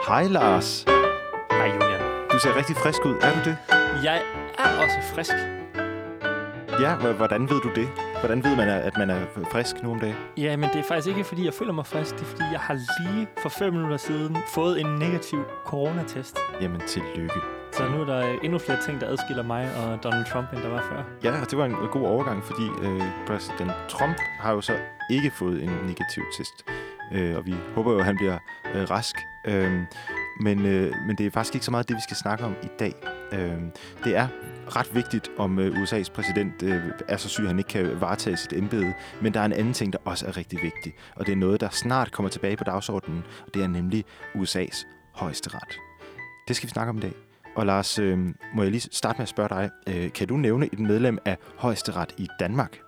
Hej Lars. Hej Julian. Du ser rigtig frisk ud. Er du det? Jeg er også frisk. Ja, hvordan ved du det? Hvordan ved man, at man er frisk nu om dagen? Ja, men det er faktisk ikke, fordi jeg føler mig frisk. Det er, fordi jeg har lige for 5 minutter siden fået en negativ coronatest. Jamen, tillykke. Så nu er der endnu flere ting, der adskiller mig og Donald Trump, end der var før. Ja, og det var en god overgang, fordi præsident Trump har jo så ikke fået en negativ test. Og vi håber jo, at han bliver rask. Men det er faktisk ikke så meget det, vi skal snakke om i dag. Det er ret vigtigt, om USA's præsident er så syg, at han ikke kan varetage sit embede. Men der er en anden ting, der også er rigtig vigtig. Og det er noget, der snart kommer tilbage på dagsordenen. Og det er nemlig USA's højesteret. Det skal vi snakke om i dag. Og Lars, må jeg lige starte med at spørge dig. Kan du nævne et medlem af højesteret i Danmark?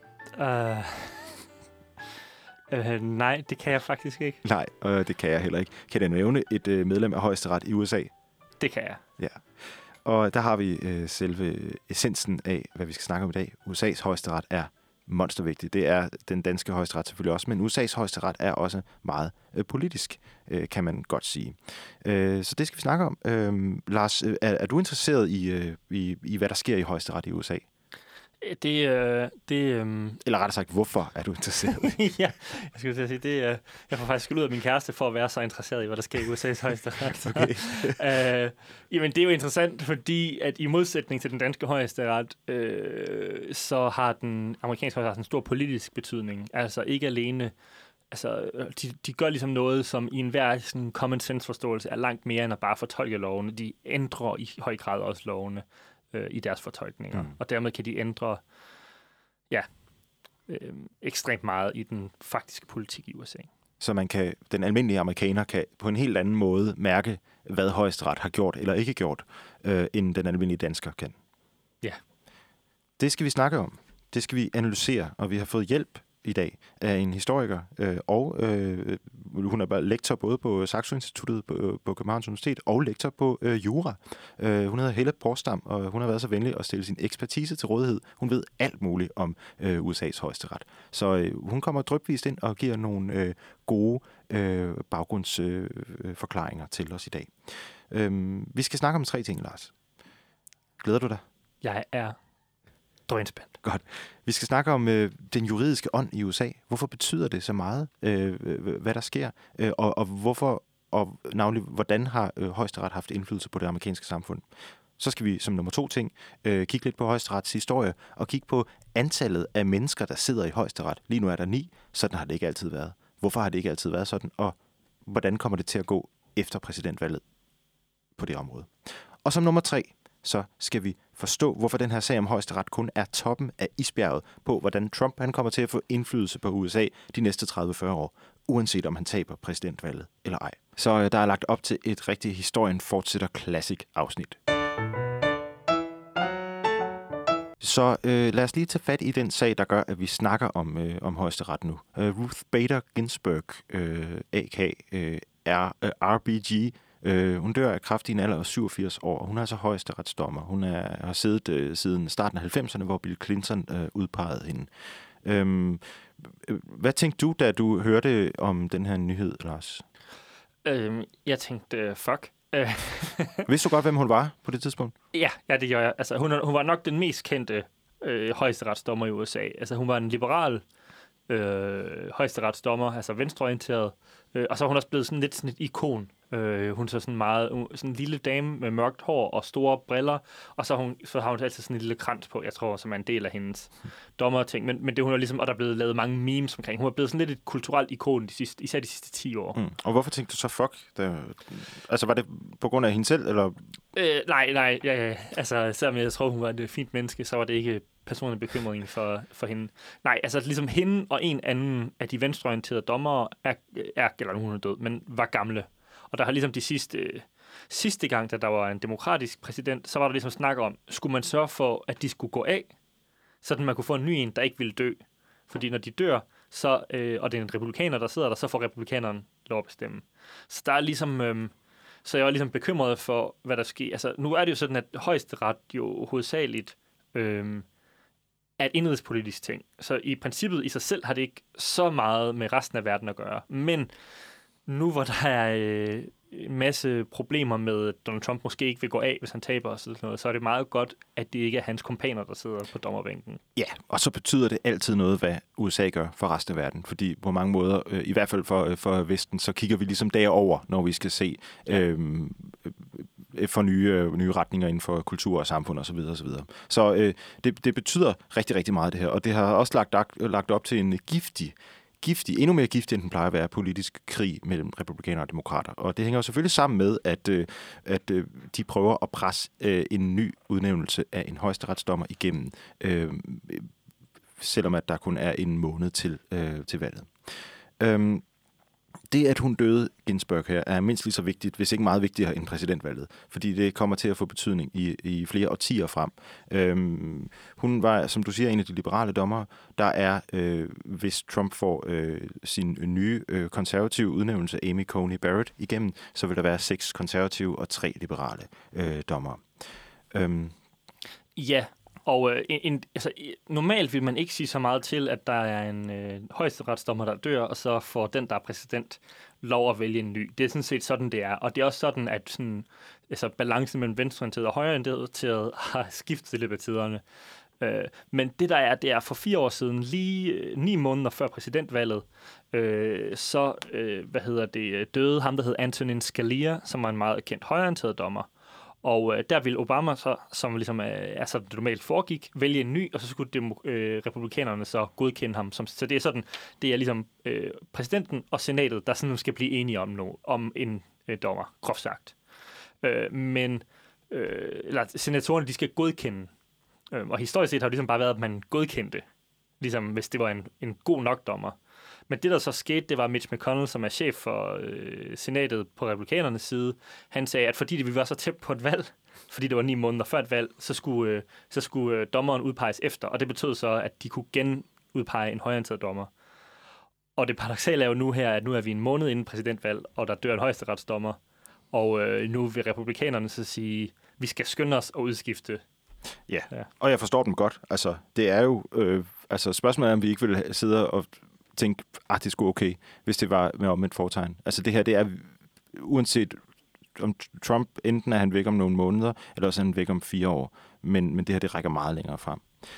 Nej, det kan jeg faktisk ikke. Nej, det kan jeg heller ikke. Kan jeg nævne et medlem af højesteret i USA? Det kan jeg. Ja. Og der har vi selve essensen af, hvad vi skal snakke om i dag. USA's højesteret er monstervigtig. Det er den danske højesteret selvfølgelig også, men USA's højesteret er også meget politisk, kan man godt sige. Så det skal vi snakke om. Lars, er du interesseret i, hvad der sker i højesteret i USA? Eller rettere sagt, hvorfor er du interesseret? Ja, jeg skulle til at sige, jeg får faktisk ud af min kæreste for at være så interesseret i, hvad der sker i USA's højesteret. Okay. Jamen, det er jo interessant, fordi at i modsætning til den danske højesteret, så har den amerikanske højesteret en stor politisk betydning. Altså ikke alene. Altså, de gør ligesom noget, som i enhver sådan common sense forståelse er langt mere end at bare fortolke lovene. De ændrer i høj grad også lovene i deres fortolkninger. Og dermed kan de ændre ekstremt meget i den faktiske politik i USA. Så den almindelige amerikaner kan på en helt anden måde mærke, hvad højesteret har gjort eller ikke gjort, end den almindelige dansker kan. Ja. Det skal vi snakke om. Det skal vi analysere, og vi har fået hjælp i dag af en historiker, og hun er lektor både på Saxo Instituttet på Københavns Universitet og lektor på Jura. Hun hedder Helle Porsdam, og hun har været så venlig at stille sin ekspertise til rådighed. Hun ved alt muligt om USA's højesteret. Så hun kommer drypvist ind og giver nogle gode baggrundsforklaringer til os i dag. Vi skal snakke om 3 ting, Lars. Glæder du dig? Jeg er drønspændt. Godt. Vi skal snakke om den juridiske ånd i USA. Hvorfor betyder det så meget, hvad der sker? Og hvorfor, og navnlig, hvordan har højesteret haft indflydelse på det amerikanske samfund? Så skal vi som nummer 2 ting kigge lidt på højesterets historie og kigge på antallet af mennesker, der sidder i højesteret. Lige nu er der 9. Sådan har det ikke altid været. Hvorfor har det ikke altid været sådan? Og hvordan kommer det til at gå efter præsidentvalget på det område? Og som nummer 3, så skal vi forstå, hvorfor den her sag om højesteret kun er toppen af isbjerget på, hvordan Trump han kommer til at få indflydelse på USA de næste 30-40 år, uanset om han taber præsidentvalget eller ej. Så der er lagt op til et rigtig historien fortsætter classic afsnit. Så lad os lige tage fat i den sag, der gør, at vi snakker om højesteret nu. Ruth Bader Ginsburg, a.k.a. RBG, hun dør af kræft i en alder af 87 år, og hun er altså højesteretsdommer. Hun har siddet siden starten af 90'erne, hvor Bill Clinton udpegede hende. Hvad tænkte du, da du hørte om den her nyhed, Lars? Jeg tænkte, fuck. Vidste du godt, hvem hun var på det tidspunkt? Ja, det gjorde jeg. Altså, hun var nok den mest kendte højesteretsdommer i USA. Altså, hun var en liberal højesteretsdommer, altså venstreorienteret. Og så er hun også blevet sådan et ikon. Hun så sådan meget sådan en lille dame med mørkt hår og store briller, og så har hun altid sådan en lille krans på, jeg tror, som er en del af hendes dommerting. Men det hun er ligesom, og der er blevet lavet mange memes omkring. Hun er blevet sådan lidt et kulturelt ikon især de sidste 10 år. Og hvorfor tænkte du så fuck? Altså var det på grund af hende selv, eller? Nej. Altså selvom jeg tror, hun var et fint menneske, så var det ikke personlig bekymring for hende. Nej, altså ligesom hende og en anden af de venstreorienterede dommere eller hun er død, men var gamle. Og der har ligesom de sidste gang, da der var en demokratisk præsident, så var der ligesom snak om, skulle man sørge for, at de skulle gå af, så man kunne få en ny en, der ikke ville dø. Fordi når de dør, og det er en republikaner, der sidder der, så får republikaneren lov at bestemme. Så der er ligesom, så jeg var ligesom bekymret for, hvad der sker. Altså, nu er det jo sådan, at højesteret jo hovedsageligt er et indrigspolitisk ting. Så i princippet i sig selv har det ikke så meget med resten af verden at gøre. Men nu hvor der er en masse problemer med, at Donald Trump måske ikke vil gå af, hvis han taber og sådan noget, så er det meget godt, at det ikke er hans kompaner, der sidder på dommerbænken. Ja, og så betyder det altid noget, hvad USA gør for resten af verden. Fordi på mange måder, i hvert fald for Vesten, så kigger vi ligesom derover, når vi skal se for nye retninger inden for kultur og samfund osv. osv. Så det betyder rigtig, rigtig meget det her. Og det har også lagt op til en endnu mere giftig, end den plejer at være, politisk krig mellem republikanere og demokrater. Og det hænger jo selvfølgelig sammen med, at de prøver at presse en ny udnævnelse af en højesteretsdommer igennem, selvom at der kun er en måned til valget. Det, at hun døde, Ginsburg her, er mindst lige så vigtigt, hvis ikke meget vigtigere end præsidentvalget, fordi det kommer til at få betydning i flere årtier frem. Hun var, som du siger, en af de liberale dommere. Der er, hvis Trump får sin nye konservative udnævnelse, Amy Coney Barrett, igennem, så vil der være 6 konservative og 3 liberale dommere. Ja, og normalt vil man ikke sige så meget til, at der er en højesteretsdommer, der dør, og så får den, der er præsident, lov at vælge en ny. Det er sådan set sådan, det er. Og det er også sådan, at balancen mellem venstreorienteret og højreorienteret har skiftet i løbet af tiderne. Men det der er, det er for 4 år siden, lige 9 måneder før præsidentvalget, døde ham, der hed Antonin Scalia, som var en meget kendt højreorienteret dommer. Og der ville Obama så, som ligesom det normalt foregik, vælge en ny, og så skulle republikanerne så godkende ham. Så det er sådan, det er ligesom præsidenten og senatet, der sådan skal blive enige om en dommer, groft sagt. Senatorerne, de skal godkende. Og historisk set har det ligesom bare været, at man godkendte, ligesom hvis det var en god nok dommer. Men det, der så skete, det var Mitch McConnell, som er chef for senatet på republikanernes side. Han sagde, at fordi vi var så tæt på et valg, fordi det var 9 måneder før et valg, så skulle dommeren udpeges efter. Og det betød så, at de kunne genudpege en højreorienteret dommer. Og det paradoksale er jo nu her, at nu er vi en måned inden præsidentvalg, og der dør en højesteretsdommer. Og nu vil republikanerne så sige, vi skal skynde os at udskifte. Ja, og jeg forstår dem godt. Altså, det er jo... spørgsmålet er, om vi ikke vil sidde og tænke, det er sgu okay, hvis det var med omvendt fortegn. Altså det her, det er uanset om Trump, enten er han væk om nogle måneder, eller også er han væk om 4 år. Men det her, det rækker meget længere frem.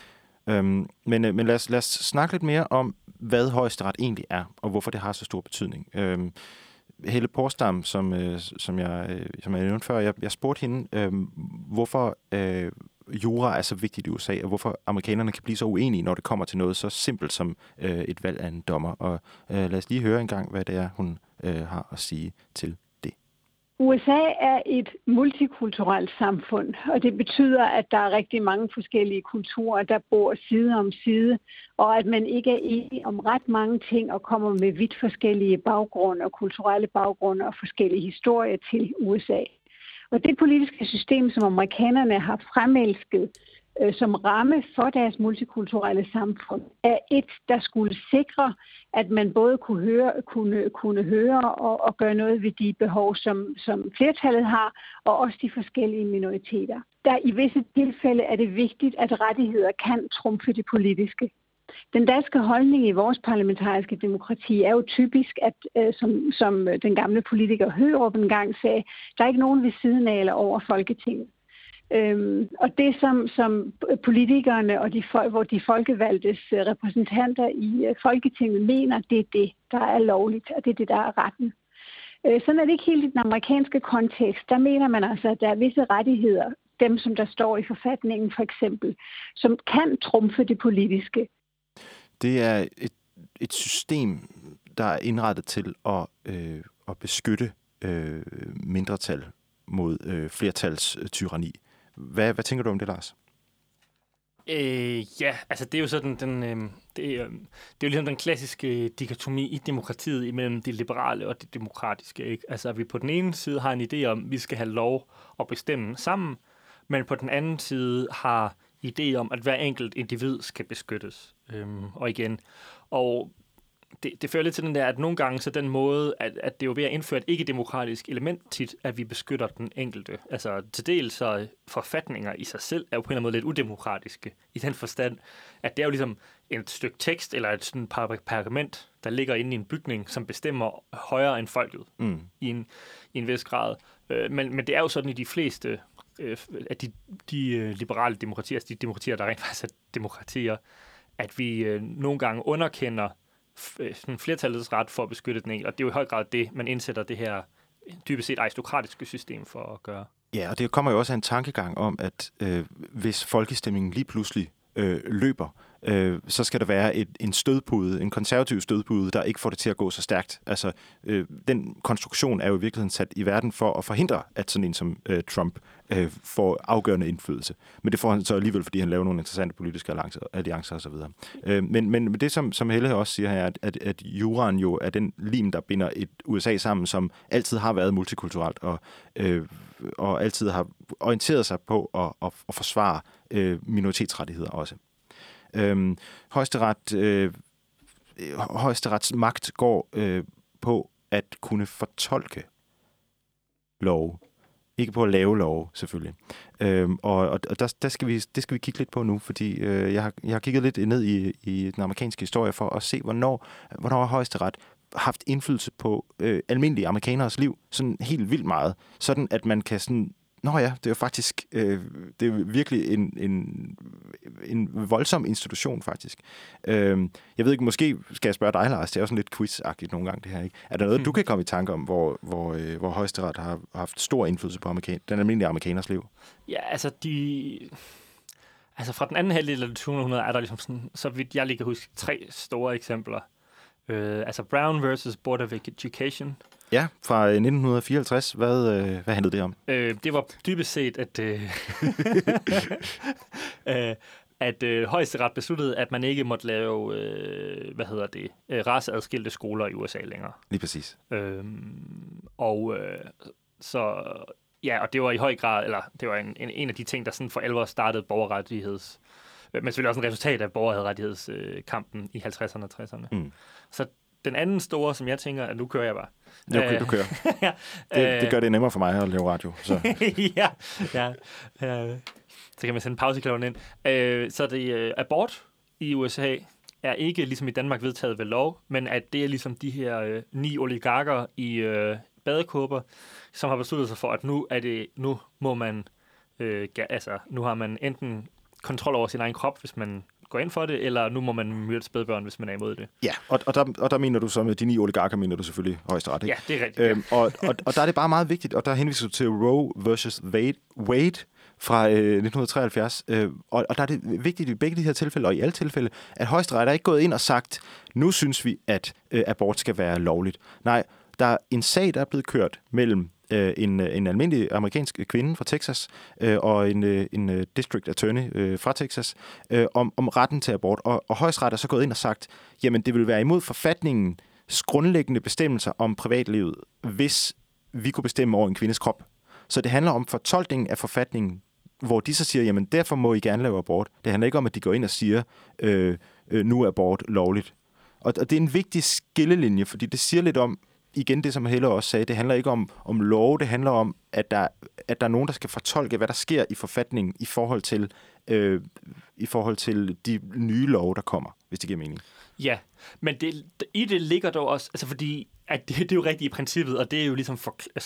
Men lad os snakke lidt mere om, hvad højesteret egentlig er, og hvorfor det har så stor betydning. Helle Porsdam, som jeg nævnte før, jeg spurgte hende, hvorfor jura er så vigtigt i USA, og hvorfor amerikanerne kan blive så uenige, når det kommer til noget så simpelt som et valg af en dommer. Og lad os lige høre en gang, hvad det er, hun har at sige til det. USA er et multikulturelt samfund, og det betyder, at der er rigtig mange forskellige kulturer, der bor side om side, og at man ikke er enige om ret mange ting og kommer med vidt forskellige baggrunde og kulturelle baggrunde og forskellige historier til USA. Og det politiske system, som amerikanerne har fremelsket som ramme for deres multikulturelle samfund, er et, der skulle sikre, at man både kunne høre og gøre noget ved de behov, som flertallet har, og også de forskellige minoriteter. Der i visse tilfælde er det vigtigt, at rettigheder kan trumfe det politiske. Den danske holdning i vores parlamentariske demokrati er jo typisk, at som den gamle politiker Hørup engang sagde, der er ikke nogen ved siden af eller over Folketinget. Og det, som politikerne og de folkevalgtes repræsentanter i Folketinget mener, det er det, der er lovligt, og det er det, der er retten. Sådan er det ikke helt i den amerikanske kontekst. Der mener man altså, at der er visse rettigheder, dem som der står i forfatningen for eksempel, som kan trumfe det politiske. Det er et system, der er indrettet til at beskytte mindretal mod flertals tyranni. Hvad tænker du om det, Lars? Det er jo sådan det er jo ligesom den klassiske dikotomi i demokratiet imellem det liberale og det demokratiske. Ikke? Altså, at vi på den ene side har en idé om, at vi skal have lov at bestemme sammen, men på den anden side har idé om, at hver enkelt individ skal beskyttes. Og det fører lidt til den der, at nogle gange så den måde, at det er jo ved at indføre et ikke-demokratisk element tit, at vi beskytter den enkelte. Altså til dels så forfatninger i sig selv er jo på en eller anden måde lidt udemokratiske i den forstand, at det er jo ligesom et stykke tekst eller et sådan pergament, der ligger inde i en bygning, som bestemmer højere end folket i en vis grad. Men det er jo sådan i de fleste af de liberale demokratier, altså de demokratier, der rent faktisk er demokratier, at vi nogle gange underkender flertallets ret for at beskytte den enkelte. Og det er jo i høj grad det, man indsætter det her dybest set aristokratiske system for at gøre. Ja, og det kommer jo også af en tankegang om, at hvis folkestemningen lige pludselig løber, så skal der være en stødpude, en konservativ stødpude, der ikke får det til at gå så stærkt. Altså, den konstruktion er jo i virkeligheden sat i verden for at forhindre, at sådan en som Trump får afgørende indflydelse. Men det får han så alligevel, fordi han laver nogle interessante politiske alliancer osv. Men det, som Helle også siger her, er, at juraen jo er den lim, der binder et USA sammen, som altid har været multikulturelt og altid har orienteret sig på at forsvare minoritetsrettigheder også. Højesterets magt går på at kunne fortolke love. Ikke på at lave love, selvfølgelig. Og det skal vi kigge lidt på nu, fordi jeg har kigget lidt ned i den amerikanske historie for at se, hvornår har Højesteret haft indflydelse på almindelige amerikaneres liv, sådan helt vildt meget, sådan at man kan sådan, det er jo faktisk det er virkelig en voldsom institution, faktisk. Jeg ved ikke, måske skal jeg spørge dig, Lars, det er jo sådan lidt quiz-agtigt nogle gange, det her, ikke? Er der noget, du kan komme i tanke om, hvor Højesteret har haft stor indflydelse på den almindelige amerikaners liv? Ja, altså fra den anden halvdel af det 200 er der ligesom sådan, så vidt jeg lige kan huske, 3 store eksempler. Brown versus Board of Education. Ja, fra 1954. Hvad handlede det om? Det var dybest set, at Højesteret besluttede, at man ikke måtte lave, raceadskilte skoler i USA længere. Lige præcis. Og det var i høj grad, eller det var en af de ting, der sådan for alvor startede borgerrettigheds, men selvfølgelig også en resultat af borgerrettighedskampen i 50'erne og 60'erne. Mm. Så den anden store, som jeg tænker, at nu kører jeg bare. Okay, du kører. Det gør det nemmere for mig at lave radio. Så. ja. Så kan man sende pausekloven ind. Så det abort i USA er ikke ligesom i Danmark vedtaget ved lov, men at det er ligesom de her 9 oligarker i badekåber, som har besluttet sig for, at nu må man, nu har man enten kontrol over sin egen krop, hvis man går ind for det, eller nu må man myrde spædbørn, hvis man er imod det. Ja, og der mener du så med de 9 oligarker, mener du selvfølgelig Højesteret, ikke? Ja, det er rigtigt. Og der er det bare meget vigtigt, og der henviser du til Roe versus Wade fra 1973, og der er det vigtigt i begge de her tilfælde, og i alle tilfælde, at Højesteret er ikke gået ind og sagt, nu synes vi, at abort skal være lovligt. Nej, der er en sag, der er blevet kørt mellem en almindelig amerikansk kvinde fra Texas og en district attorney fra Texas om retten til abort. Og Højesteret er så gået ind og sagt, jamen det vil være imod forfatningens grundlæggende bestemmelser om privatlivet, hvis vi kunne bestemme over en kvindes krop. Så det handler om fortolkningen af forfatningen, hvor de så siger, jamen derfor må I gerne lave abort. Det handler ikke om, at de går ind og siger, nu er abort lovligt. Og det er en vigtig skillelinje, fordi det siger lidt om, igen det, som Helle også sagde, det handler ikke om lov, det handler om, at der er nogen, der skal fortolke, hvad der sker i forfatningen i forhold til de nye love, der kommer, hvis det giver mening. Ja, men i det ligger dog også, altså fordi at det er jo rigtigt i princippet, og det er jo ligesom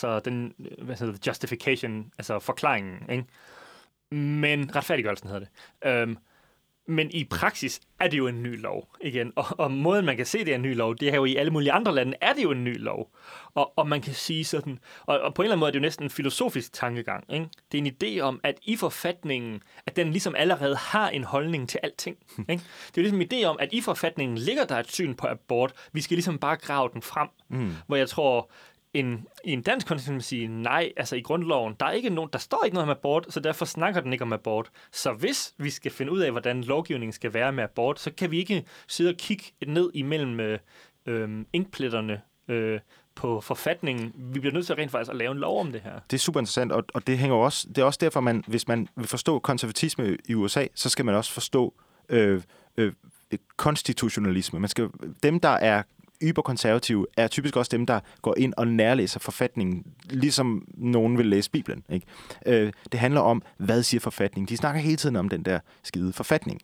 justification, altså forklaringen, ikke? Men retfærdiggørelsen hedder det. Men i praksis er det jo en ny lov, igen. Og måden, man kan se, det er en ny lov, det er jo i alle mulige andre lande, er det jo en ny lov. Og man kan sige sådan, og på en eller anden måde er det jo næsten en filosofisk tankegang, ikke? Det er en idé om, at i forfatningen, at den ligesom allerede har en holdning til alting. Ikke? Det er jo ligesom en idé om, at i forfatningen ligger der et syn på abort. Vi skal ligesom bare grave den frem. Hvor jeg tror, i en dansk kontekst vil sige, nej, altså i grundloven, der står ikke noget om abort, så derfor snakker den ikke om abort. Så hvis vi skal finde ud af, hvordan lovgivningen skal være med abort, så kan vi ikke sidde og kigge ned imellem inkpletterne på forfatningen. Vi bliver nødt til rent faktisk at lave en lov om det her. Det er super interessant, og det hænger også, det er også derfor, hvis man vil forstå konservatisme i USA, så skal man også forstå konstitutionalisme. Dem, der er yberkonservative, er typisk også dem, der går ind og nærlæser forfatningen, ligesom nogen vil læse Bibelen. Ikke? Det handler om, hvad siger forfatningen? De snakker hele tiden om den der skide forfatning.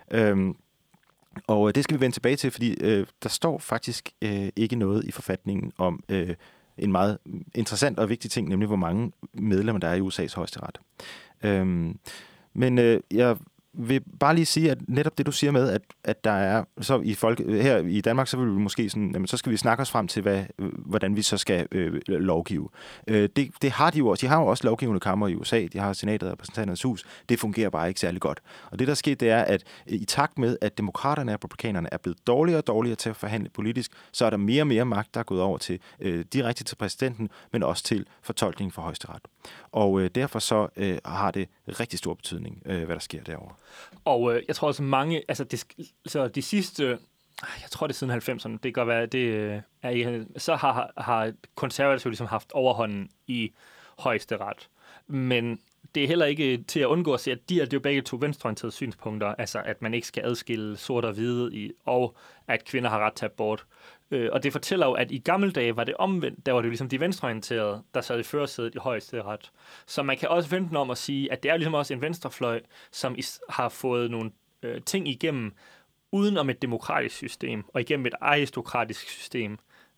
Og det skal vi vende tilbage til, fordi der står faktisk ikke noget i forfatningen om en meget interessant og vigtig ting, nemlig hvor mange medlemmer der er i USA's højesteret. Men jeg vil bare lige sige, at netop det, du siger med, at der er, så her i Danmark, så vil vi måske sådan, jamen, så skal vi snakke os frem til, hvordan vi så skal lovgive. Det har de jo også. De har jo også lovgivende kammer i USA. De har senatet og repræsentanternes hus. Det fungerer bare ikke særlig godt. Og det, der sker, det er, at i takt med, at demokraterne og republikanerne er blevet dårligere og dårligere til at forhandle politisk, så er der mere og mere magt, der er gået over til direkte til præsidenten, men også til fortolkning for højesteret. Og derfor så har det rigtig stor betydning, hvad der sker derovre. Og jeg tror også mange, altså så de sidste, jeg tror det er siden 90'erne, det kan godt være, det er ikke, så har konservative ligesom haft overhånden i højesteret. Men det er heller ikke til at undgå at se, at det er jo begge to venstreorienterede synspunkter, altså at man ikke skal adskille sort og hvide, og at kvinder har ret til abort. Og det fortæller jo, at i gamle dage var det omvendt. Der var det jo ligesom de venstreorienterede, der sad i førersædet i højesteret. Så man kan også vente den om at sige, at det er ligesom også en venstrefløj, som har fået nogle ting igennem uden om et demokratisk system, og igennem et aristokratisk system.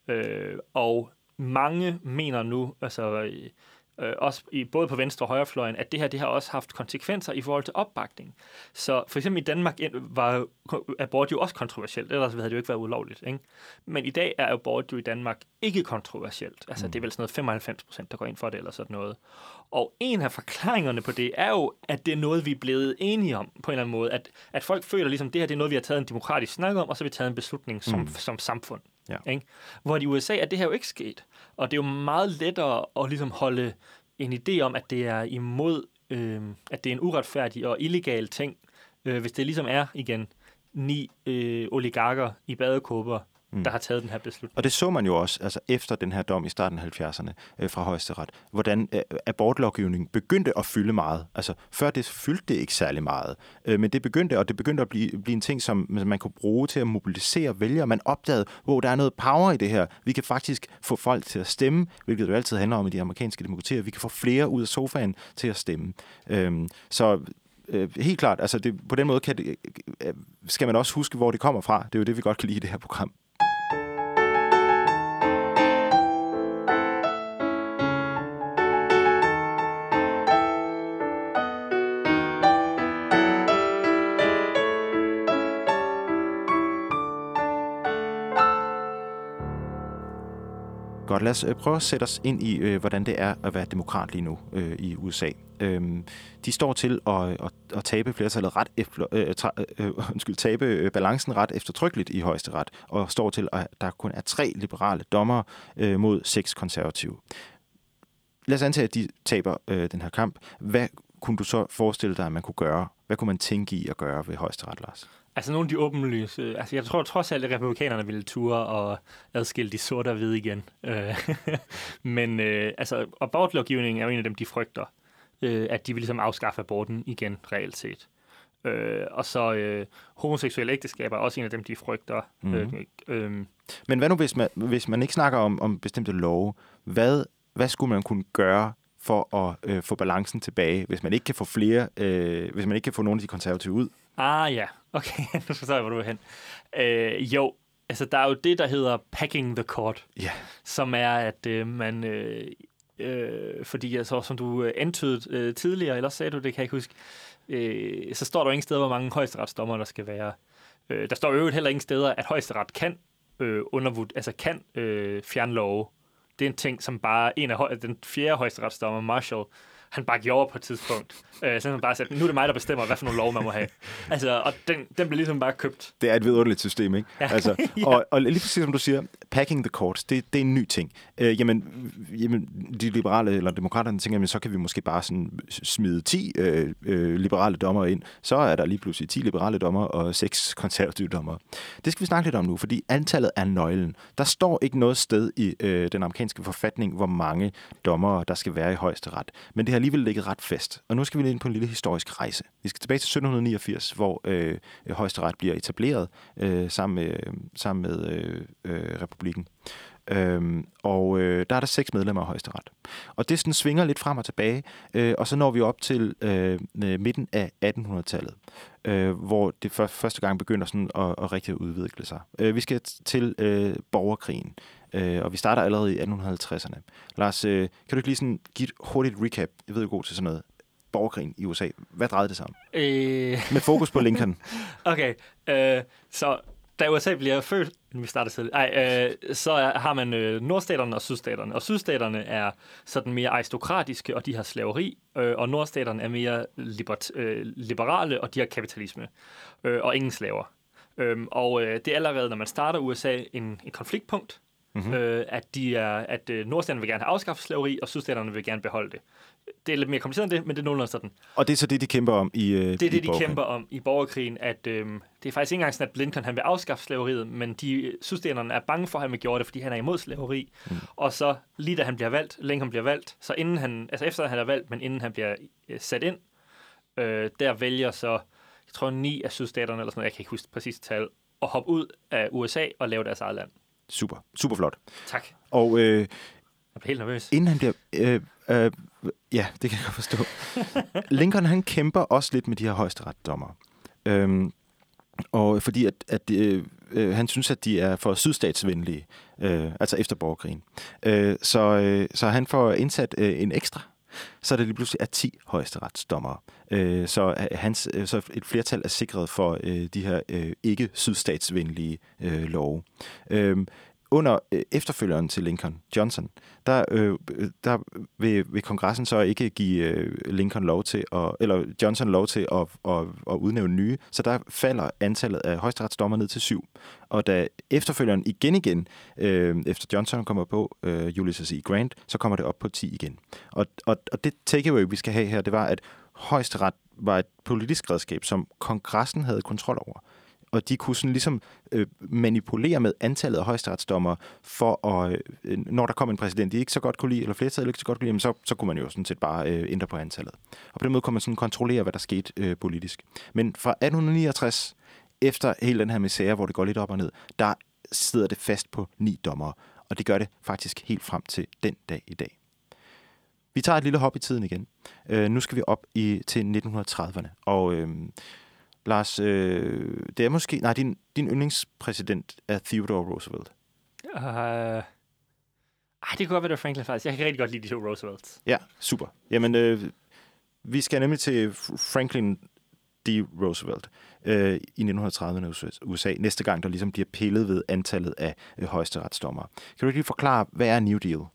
Og mange mener nu, altså også både på venstre og højrefløjen, at det har også haft konsekvenser i forhold til opbakning. Så for eksempel i Danmark var abort jo også kontroversielt, ellers havde det jo ikke været ulovligt. Ikke? Men i dag er abort jo i Danmark ikke kontroversielt. Altså det er vel sådan noget 95%, der går ind for det, eller sådan noget. Og en af forklaringerne på det er jo, at det er noget, vi er blevet enige om på en eller anden måde. At folk føler ligesom, det her det er noget, vi har taget en demokratisk snak om, og så har vi taget en beslutning som samfund. Ja. Ikke? Hvor i USA er det her jo ikke sket. Og det er jo meget lettere at ligesom holde en idé om, at det er imod, at det er en uretfærdig og illegal ting, hvis det ligesom er, igen, 9 oligarker i badekåber, der har taget den her beslutning. Og det så man jo også, altså efter den her dom i starten af 70'erne fra højesteret, hvordan abortlovgivningen begyndte at fylde meget. Altså før det fyldte det ikke særlig meget, men det begyndte at blive en ting, som man kunne bruge til at mobilisere vælgere. Man opdagede, hvor der er noget power i det her. Vi kan faktisk få folk til at stemme, hvilket jo altid handler om i de amerikanske demokratier. Vi kan få flere ud af sofaen til at stemme. Så helt klart, altså på den måde skal man også huske, hvor det kommer fra. Det er jo det, vi godt kan lide i det her program. Godt, lad os prøve at sætte os ind i, hvordan det er at være demokrat lige nu i USA. De står til at tabe flertallet tabe balancen ret eftertrykkeligt i højesteret, og står til, at der kun er 3 liberale dommere mod 6 konservative. Lad os antage, at de taber den her kamp. Hvad kunne du så forestille dig, at man kunne gøre? Hvad kunne man tænke i at gøre ved højesteret, Lars? Altså nogle af de åbenlyse... Altså jeg tror trods alt, at republikanerne ville ture og adskille de sorte og hvide igen. Men altså abortlovgivningen er jo en af dem, de frygter. At de vil ligesom afskaffe aborten igen, reelt set. Og så homoseksuelle ægteskaber er også en af dem, de frygter. Men hvad nu, hvis man ikke snakker om bestemte love? Hvad skulle man kunne gøre for at få balancen tilbage, hvis man ikke kan få hvis man ikke kan få nogle af de konservative ud? Ja. Okay, nu forstår jeg, hvor du er hen. Jo, altså der er jo det, der hedder packing the court, som er, at man... fordi altså, som du antydede tidligere, eller sagde du det, kan jeg ikke huske, så står der ingen steder, hvor mange højesteretsdommer der skal være. Der står jo heller ingen steder, at højesteret kan fjerne love. Det er en ting, som bare den 4. højesteretsdommer, Marshall, han bare gjorde på et tidspunkt. Så han bare sagde, nu er det mig, der bestemmer, hvad for nogle lov man må have. Altså, og den blev ligesom bare købt. Det er et vidunderligt system, ikke? Ja. Altså, og lige præcis som du siger, packing the courts, det er en ny ting. Jamen, de liberale eller demokraterne tænker, jamen, så kan vi måske bare sådan smide 10 liberale dommere ind. Så er der lige pludselig 10 liberale dommere og 6 konservative dommere. Det skal vi snakke lidt om nu, fordi antallet er nøglen. Der står ikke noget sted i den amerikanske forfatning, hvor mange dommere der skal være i højesteret. Men det har alligevel ligget ret fast. Og nu skal vi ind på en lille historisk rejse. Vi skal tilbage til 1789, hvor højesteret bliver etableret sammen med republikken. Og der er der 6 medlemmer af højesteret. Og det sådan svinger lidt frem og tilbage, og så når vi op til midten af 1800-tallet, hvor det første gang begynder sådan at rigtig udvikle sig. Vi skal til borgerkrigen, og vi starter allerede i 1850'erne. Lars, kan du ikke lige sådan give et hurtigt recap? Jeg ved, du er god til sådan noget. Borgerkrigen i USA. Hvad drejede det sig om? Med fokus på Lincoln. Okay, så da USA bliver født, vi starter så har man nordstaterne og sydstaterne. Og sydstaterne er sådan mere aristokratiske, og de har slaveri, og nordstaterne er mere liberale, og de har kapitalisme, og ingen slaver. Og det er allerede, når man starter USA, en konfliktpunkt, at nordstaterne vil gerne have afskaffet slaveri, og sydstaterne vil gerne beholde det. Det er lidt mere kompliceret end det, men det er nogenlunde sådan. Og det er så det, de kæmper om i det er det, de kæmper om i borgerkrigen, at det er faktisk ikke engang sådan, at Lincoln han vil afskaffe slaveriet, men sydstaterne er bange for, at han vil gøre det, fordi han er imod slaveri. Og så lige da han bliver valgt, Lincoln bliver valgt, så efter han er valgt, men inden han bliver sat ind, der vælger så, jeg tror 9 af sydstaterne, eller sådan noget, jeg kan ikke huske præcis tal, at hoppe ud af USA og lave deres eget land. Super, super flot. Tak. Og jeg bliver helt nervøs. Inden han bliver... ja, det kan jeg godt forstå. Lincoln, han kæmper også lidt med de her højesteretsdommere. Og fordi at han synes, at de er for sydstatsvenlige, altså efter borgerkrigen. Så han får indsat en ekstra, så det lige pludselig er 10 højesteretsdommere. Så et flertal er sikret for de her ikke sydstatsvenlige love. Under efterfølgeren til Lincoln, Johnson, der vil kongressen så ikke give Johnson lov til at udnævne nye, så der falder antallet af højesteretsdommere ned til 7. Og da efterfølgeren igen, efter Johnson kommer på, Ulysses E. Grant, så kommer det op på 10 igen. Og det takeaway, vi skal have her, det var, at højesteret var et politisk redskab, som kongressen havde kontrol over. Og de kunne sådan ligesom manipulere med antallet af højesteretsdommere for at, når der kom en præsident, de ikke så godt kunne lide, eller flertallet ikke så godt kunne lide, så kunne man jo sådan set bare ændre på antallet. Og på den måde kunne man sådan kontrollere, hvad der skete politisk. Men fra 1869, efter hele den her misære, hvor det går lidt op og ned, der sidder det fast på 9 dommere. Og det gør det faktisk helt frem til den dag i dag. Vi tager et lille hop i tiden igen. Nu skal vi op til 1930'erne. Og Lars, det er måske... Nej, din yndlingspræsident er Theodore Roosevelt. Det kunne godt være, det var Franklin faktisk. Jeg kan rigtig godt lide de 2 Roosevelts. Ja, super. Jamen, vi skal nemlig til Franklin D. Roosevelt i 1930'erne i USA. Næste gang, der ligesom bliver pillet ved antallet af højesteretsdommere. Kan du ikke lige forklare, hvad er New Deal?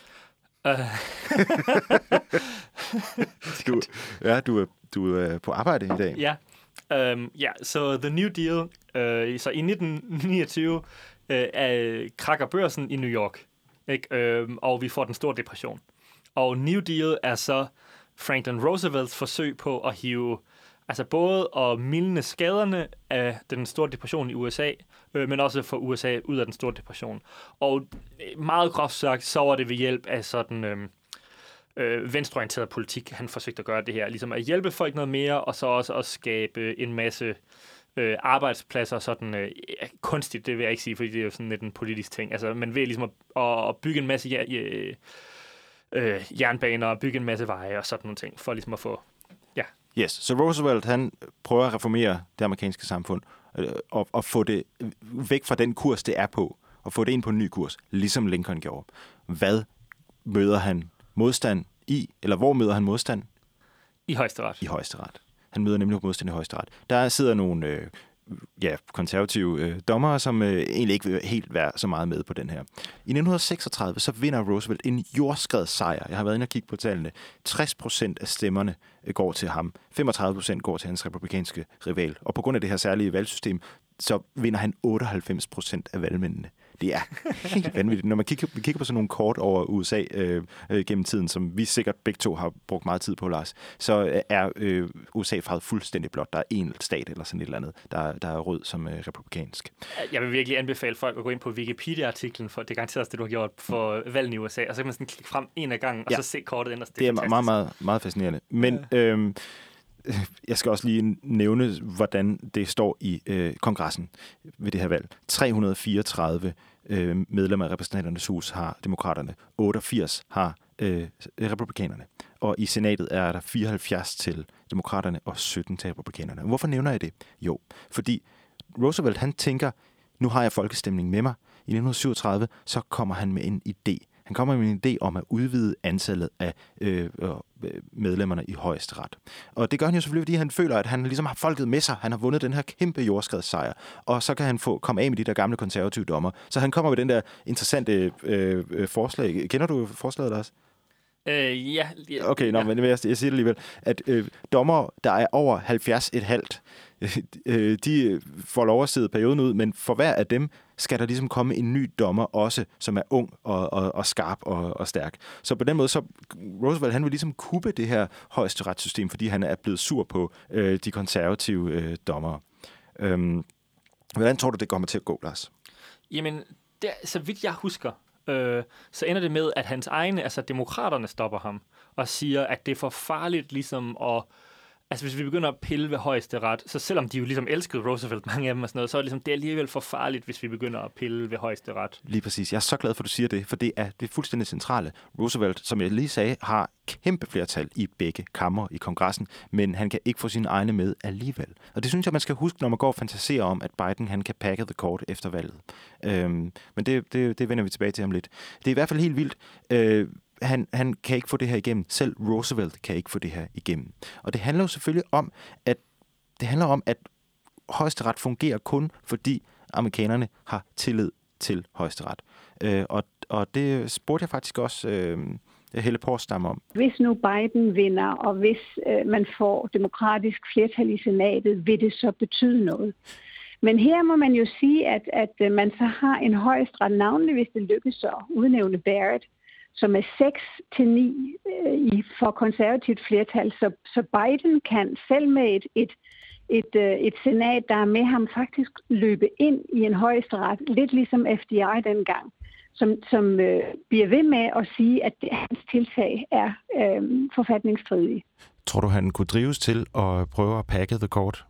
Du er på arbejde i dag. Ja. Så The New Deal, så i 1929 krakker børsen i New York, ikke? Og vi får den store depression. Og New Deal er så Franklin Roosevelts forsøg på at hive, altså både at mildne skaderne af den store depression i USA, men også få USA ud af den store depression. Og meget groft sagt, så var det ved hjælp af sådan venstreorienteret politik, han forsøgte at gøre det her. Ligesom at hjælpe folk noget mere, og så også at skabe en masse arbejdspladser, sådan kunstigt, det vil jeg ikke sige, fordi det er jo sådan lidt en politisk ting. Altså, man vil ligesom at bygge en masse jernbaner, og bygge en masse veje og sådan nogle ting, for ligesom at få, ja. Yes, så Roosevelt, han prøver at reformere det amerikanske samfund, og få det væk fra den kurs, det er på, og få det ind på en ny kurs, ligesom Lincoln gjorde. Hvad møder han modstand i, eller hvor møder han modstand? I højesteret. I højesteret. Han møder nemlig modstand i højesteret. Der sidder nogle konservative dommere, som egentlig ikke vil helt være så meget med på den her. I 1936 så vinder Roosevelt en jordskredssejr. Jeg har været inde og kigge på tallene. 60% af stemmerne går til ham. 35% går til hans republikanske rival. Og på grund af det her særlige valgsystem, så vinder han 98% af valgmændene. Det er helt vanvittigt. Når man kigger på sådan nogle kort over USA gennem tiden, som vi sikkert begge to har brugt meget tid på, Lars, så er USA farvet fuldstændig blåt. Der er en stat eller sådan et eller andet, der er rød som republikansk. Jeg vil virkelig anbefale folk at gå ind på Wikipedia-artiklen, for det er garanteret det, du har gjort for valgen i USA, og så kan man sådan klikke frem en af gangen, og så se kortet inderst. Det er meget, meget, meget fascinerende. Men jeg skal også lige nævne, hvordan det står i kongressen ved det her valg. 334 medlemmer af repræsentanternes hus har demokraterne, 88 har republikanerne. Og i senatet er der 74 til demokraterne og 17 til republikanerne. Hvorfor nævner jeg det? Jo, fordi Roosevelt, han tænker, nu har jeg folkestemning med mig. I 1937, så kommer han med en idé. Han kommer med en idé om at udvide antallet af medlemmerne i højesteret. Og det gør han jo selvfølgelig, fordi han føler, at han ligesom har folket med sig. Han har vundet den her kæmpe jordskredssejr. Og så kan han komme af med de der gamle konservative dommer. Så han kommer med den der interessante forslag. Kender du forslaget, Lars? Ja. Okay, men jeg siger det alligevel. At dommer, der er over 70,5, de får lov at sidde perioden ud, men for hver af dem skal der ligesom komme en ny dommer også, som er ung og skarp og stærk. Så på den måde, så Roosevelt, han vil ligesom kuppe det her højesteretssystem, fordi han er blevet sur på de konservative dommere. Hvordan tror du, det kommer til at gå, Lars? Jamen, så vidt jeg husker, så ender det med, at hans egne, altså demokraterne, stopper ham og siger, at det er for farligt ligesom at... Altså, hvis vi begynder at pille ved højesteret, så selvom de jo ligesom elskede Roosevelt, mange af dem og sådan noget, så er det, ligesom, det er alligevel for farligt, hvis vi begynder at pille ved højesteret. Lige præcis. Jeg er så glad for, at du siger det, for det er fuldstændig centrale. Roosevelt, som jeg lige sagde, har kæmpe flertal i begge kammer i kongressen, men han kan ikke få sine egne med alligevel. Og det synes jeg, man skal huske, når man går og fantaserer om, at Biden han kan pakke the court efter valget. Men det vender vi tilbage til om lidt. Det er i hvert fald helt vildt. Han kan ikke få det her igennem. Selv Roosevelt kan ikke få det her igennem. Og det handler jo selvfølgelig om, at højesteret fungerer kun, fordi amerikanerne har tillid til højesteret. Og det spurgte jeg faktisk også Helle Porsdam om. Hvis nu Biden vinder, og hvis man får demokratisk flertal i senatet, vil det så betyde noget? Men her må man jo sige, at man så har en højesteret, navnlig hvis det lykkes at udnævne Barrett, som er 6-9 for konservativt flertal. Så Biden kan selv med et senat, der er med ham, faktisk løbe ind i en højesteret, lidt ligesom FDR dengang, som bliver ved med at sige, at hans tiltag er forfatningsstridige. Tror du, han kunne drives til at prøve at pakke the court?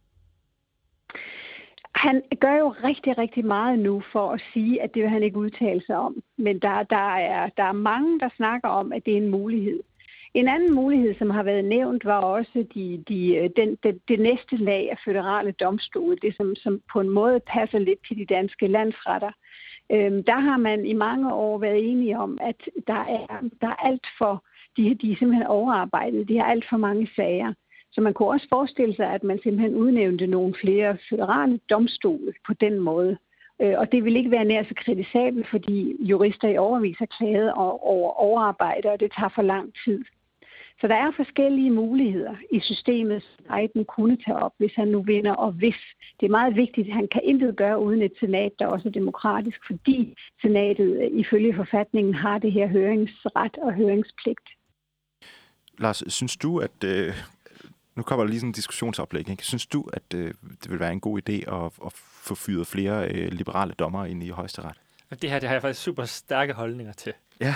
Han gør jo rigtig, rigtig meget nu for at sige, at det vil han ikke udtale sig om. Men der er mange, der snakker om, at det er en mulighed. En anden mulighed, som har været nævnt, var også det næste lag af føderale domstole, det som på en måde passer lidt til de danske landsretter. Der har man i mange år været enige om, at der er alt for, de er simpelthen overarbejdet, de har alt for mange sager. Så man kunne også forestille sig, at man simpelthen udnævnte nogle flere føderale domstole på den måde. Og det vil ikke være nær så kritisabelt, fordi jurister i årevis har klaget over overarbejde, og det tager for lang tid. Så der er forskellige muligheder i systemet, som Biden kunne tage op, hvis han nu vinder. Og hvis det er meget vigtigt, at han kan intet gøre uden et senat, der også er demokratisk, fordi senatet ifølge forfatningen har det her høringsret og høringspligt. Lars, synes du, at... Nu kommer der lige sådan en diskussionsoplæg. Ikke? Synes du, at det vil være en god idé at få fyret flere liberale dommere ind i højesteret? Det her, det har jeg faktisk super stærke holdninger til. Ja.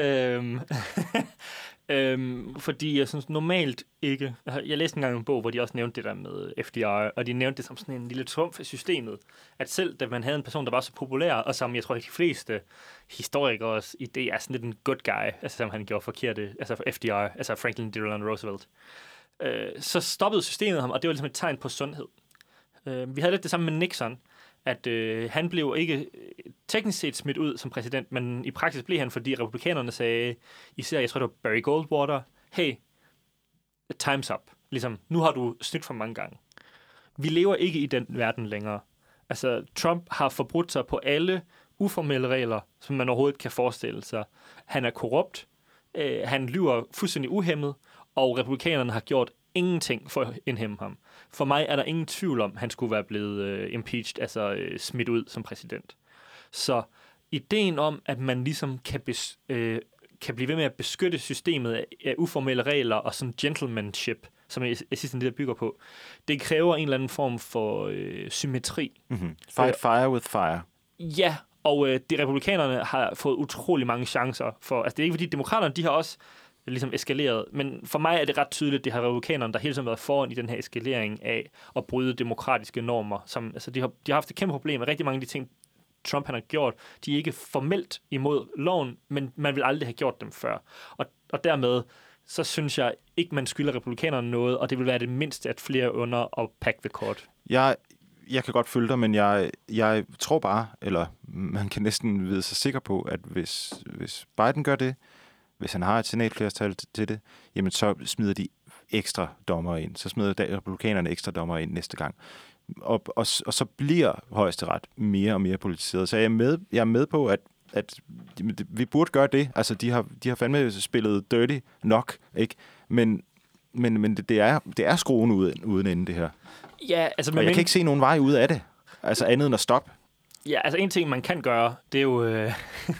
Fordi jeg synes normalt ikke... Jeg læste engang en bog, hvor de også nævnte det der med FDR, og de nævnte det som sådan en lille trumf i systemet. At selv da man havde en person, der var så populær, og som jeg tror de fleste historikers idé er sådan lidt en good guy, altså som han gjorde forkerte, altså for FDR, altså Franklin Delano Roosevelt, så stoppede systemet ham, og det var ligesom et tegn på sundhed. Vi havde lidt det samme med Nixon, at han blev ikke teknisk set smidt ud som præsident, men i praksis blev han, fordi republikanerne sagde, især, jeg tror det var Barry Goldwater, hey, time's up. Ligesom, nu har du snydt for mange gange. Vi lever ikke i den verden længere. Altså, Trump har forbrudt sig på alle uformelle regler, som man overhovedet kan forestille sig. Han er korrupt, han lyver fuldstændig uhæmmet, og republikanerne har gjort ingenting for at indhæmme ham. For mig er der ingen tvivl om, at han skulle være blevet impeached, altså smidt ud som præsident. Så ideen om, at man ligesom kan blive ved med at beskytte systemet af uformelle regler og sådan gentlemanship, som jeg sidst det der bygger på, det kræver en eller anden form for symmetri. Mm-hmm. Fight fire with fire. Ja, og de republikanerne har fået utrolig mange chancer for. Altså det er ikke fordi demokraterne, de har også ligesom eskaleret, men for mig er det ret tydeligt, at det har republikanerne, der hele tiden været foran i den her eskalering af at bryde demokratiske normer. Som, altså de har haft et kæmpe problem, og rigtig mange af de ting, Trump han har gjort, de er ikke formelt imod loven, men man vil aldrig have gjort dem før. Og dermed, så synes jeg ikke, man skylder republikanerne noget, og det vil være det mindste, at flere under og pack the court. Jeg kan godt følge dig, men jeg tror bare, eller man kan næsten vide sig sikker på, at hvis Biden gør det, hvis han har et senatflertal til det, jamen så smider de ekstra dommer ind. Så smider republikanerne ekstra dommer ind næste gang. Og så bliver højesteret mere og mere politiseret. Så jeg er med på, at vi burde gøre det. Altså, de har fandme spillet dirty nok, ikke? Men det er skruen uden ende, det her. Ja, altså... Og jeg kan ikke se nogen vej ud af det. Altså andet end at stoppe. Ja, altså en ting, man kan gøre, det er jo...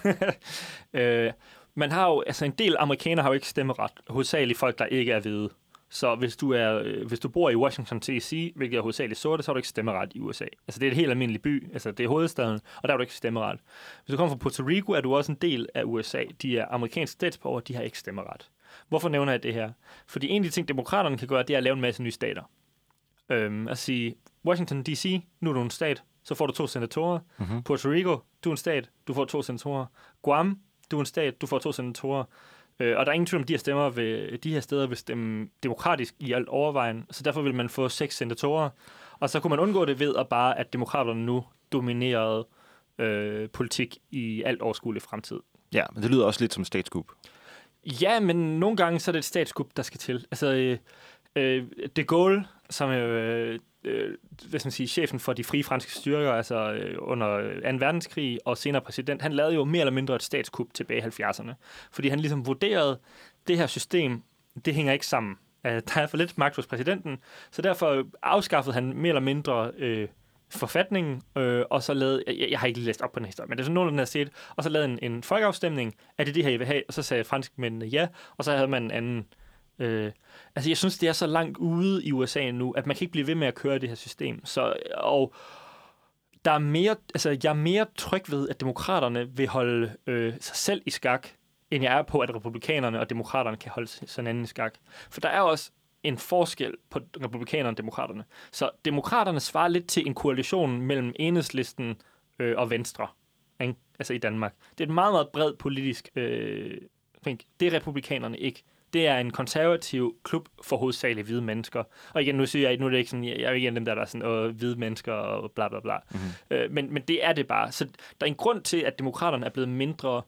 man har jo... Altså en del amerikanere har jo ikke stemmeret. Hovedsageligt folk, der ikke er hvide. Så hvis du bor i Washington, D.C., hvilket er hovedsageligt sorte, så har du ikke stemmeret i USA. Altså det er et helt almindelig by. Altså det er hovedstaden, og der har du ikke stemmeret. Hvis du kommer fra Puerto Rico, er du også en del af USA. De er amerikanske statsborgere, de har ikke stemmeret. Hvorfor nævner jeg det her? Fordi en af de ting, demokraterne kan gøre, det er at lave en masse nye stater. At sige, Washington D.C., nu er du en stat, så får du 2 senatorer. Mm-hmm. Puerto Rico, du er en stat, du får 2 senatorer. Guam, du er en stat, du får 2 senatorer. Og der er ingen tvivl om, de her stemmer ved de her steder vil stemme demokratisk i alt overvejen, så derfor vil man få 6 senatorer. Og så kunne man undgå det ved at demokraterne nu dominerede politik i alt overskuelig fremtid. Ja, men det lyder også lidt som statskup. Ja, men nogle gange så er det et statskup, der skal til. Altså, de Gaulle, som hvad skal man sige, chefen for de frie franske styrker, altså under 2. verdenskrig og senere præsident, han lavede jo mere eller mindre et statskup tilbage i 70'erne. Fordi han ligesom vurderede, det her system, det hænger ikke sammen. Der er for lidt magt hos præsidenten, så derfor afskaffede han mere eller mindre forfatningen, og så lavede, jeg har ikke læst op på den historie, men det er sådan nogenlunde, der set, og så lavede en folkeafstemning, er det her, I vil have? Og så sagde franskmændene ja, og så havde man en anden. Altså jeg synes, det er så langt ude i USA nu, at man kan ikke blive ved med at køre det her system. Og der er mere, altså jeg er mere tryg ved, at demokraterne vil holde sig selv i skak, end jeg er på, at republikanerne og demokraterne kan holde sådan anden i skak. For der er også en forskel på republikanerne og demokraterne. Så demokraterne svarer lidt til en koalition mellem Enhedslisten og Venstre, ikke? Altså i Danmark. Det er et meget, meget bred politisk ting. Det er republikanerne ikke. Det er en konservativ klub for hovedsageligt hvide mennesker. Og igen, nu siger jeg, nu er det ikke sådan, jeg er ikke en af dem, der er sådan, hvide mennesker og bla bla bla. Mm-hmm. Men det er det bare. Så der er en grund til, at demokraterne er blevet mindre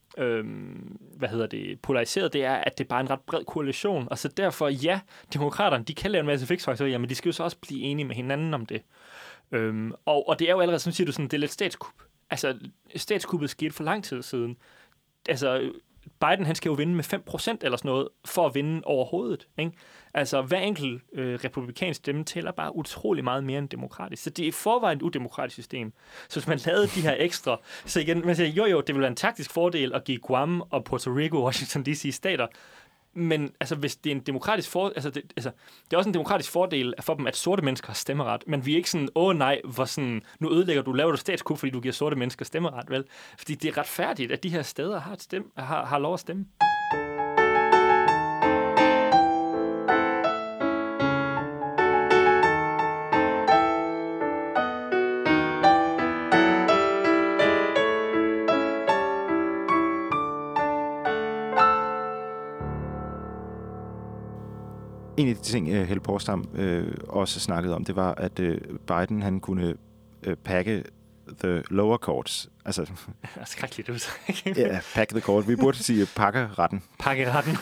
polariseret, det er, at det er bare en ret bred koalition. Og så derfor, ja, demokraterne, de kan lave en masse fiksfaktorer, men de skal jo så også blive enige med hinanden om det. Og det er jo allerede, som siger du, sådan, det er lidt statskup. Altså, statskuppet skete for lang tid siden. Altså, Biden, han skal jo vinde med 5% eller sådan noget, for at vinde overhovedet, ikke? Altså, hver enkelt republikansk stemme tæller bare utrolig meget mere end demokratisk. Så det er i forvejen et udemokratisk system. Så hvis man lavede de her ekstra, så igen, man siger, jo, det vil være en taktisk fordel at give Guam og Puerto Rico og Washington D.C. stater. Men altså, hvis det er en demokratisk det er også en demokratisk fordel for dem, at sorte mennesker har stemmeret. Men vi er ikke sådan, nej, hvor sådan, nu laver du statskup, fordi du giver sorte mennesker stemmeret, vel? Fordi det er retfærdigt, at de her steder har lov at stemme. En af de ting, Helle Porsdam også snakkede om, det var, at Biden han kunne pakke the lower courts. Altså, skrækkeligt udtryk. Ja, pack the court. Vi burde sige pakkeretten. Pakkeretten.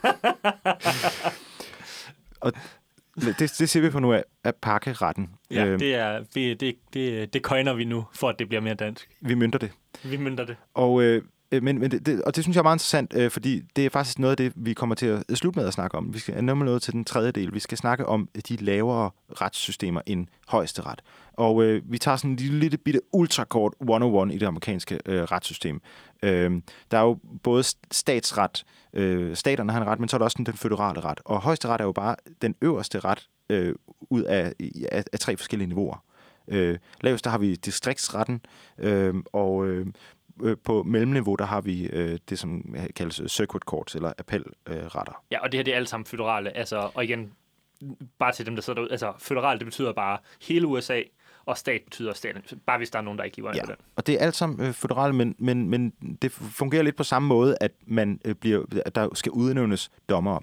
Og det ser vi på nu af pakkeretten. Ja, det coiner vi nu, for at det bliver mere dansk. Vi mønter det. Vi mønter det. Og Men det synes jeg er meget interessant, fordi det er faktisk noget af det, vi kommer til at slutte med at snakke om. Vi skal nemlig noget til den tredje del. Vi skal snakke om de lavere retssystemer end højesteret. Og vi tager sådan en lille bitte ultrakort 101 i det amerikanske retssystem. Der er jo både statsret, staterne har en ret, men så er der også den føderale ret. Og højesteret er jo bare den øverste ret ud af 3 forskellige niveauer. Lavest der har vi distriktsretten, og på mellemniveau, der har vi det, som kaldes circuit courts, eller appelretter. Ja, og det her, det er alle sammen føderale. Altså, og igen, bare til dem, der sidder derude. Altså, føderale, det betyder bare hele USA, og stat betyder staten. Bare hvis der er nogen, der ikke giver på den. Og det er alt sammen føderale, men det fungerer lidt på samme måde, at at der skal udnævnes dommere.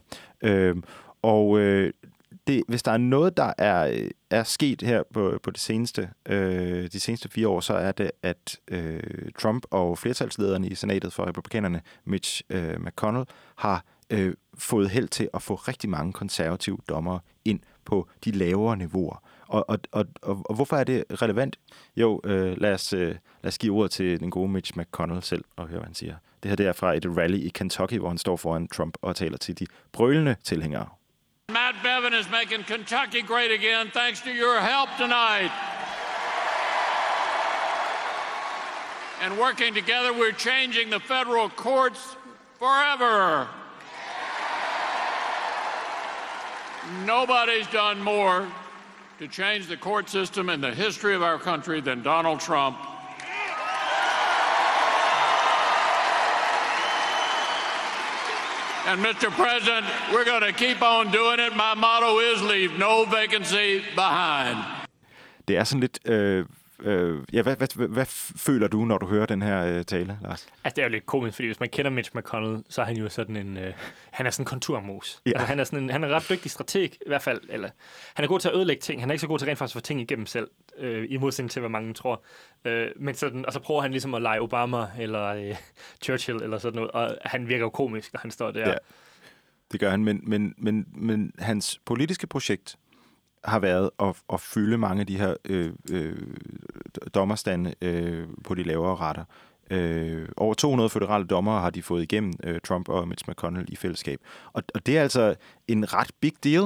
Hvis der er noget, der er sket her på de seneste 4 år, så er det, at Trump og flertalslederne i senatet for republikanerne, Mitch McConnell, har fået held til at få rigtig mange konservative dommere ind på de lavere niveauer. Og hvorfor er det relevant? Jo, lad os give ordet til den gode Mitch McConnell selv og høre, hvad han siger. Det her det er fra et rally i Kentucky, hvor han står foran Trump og taler til de brølende tilhængere. Matt Bevin is making Kentucky great again thanks to your help tonight. And working together, we're changing the federal courts forever. Nobody's done more to change the court system in the history of our country than Donald Trump. And Mr. President, we're going to keep on doing it. My motto is leave no vacancy behind. Det er sådan lidt... Hvad føler du, når du hører den her tale, Lars? Altså, det er jo lidt komisk, fordi hvis man kender Mitch McConnell, så er han jo sådan en... han er sådan en konturmos. Ja. Altså, han er ret dygtig strateg, i hvert fald. Eller, han er god til at ødelægge ting. Han er ikke så god til rent faktisk at få ting igennem selv, i modsætning til, hvad mange tror. Men sådan, og så prøver han ligesom at lege Obama eller Churchill eller sådan noget, og han virker jo komisk, når han står der. Ja, det gør han, men hans politiske projekt har været at fylde mange af de her dommerstande på de lavere retter. Over 200 føderale dommere har de fået igennem, Trump og Mitch McConnell i fællesskab. Og det er altså en ret big deal.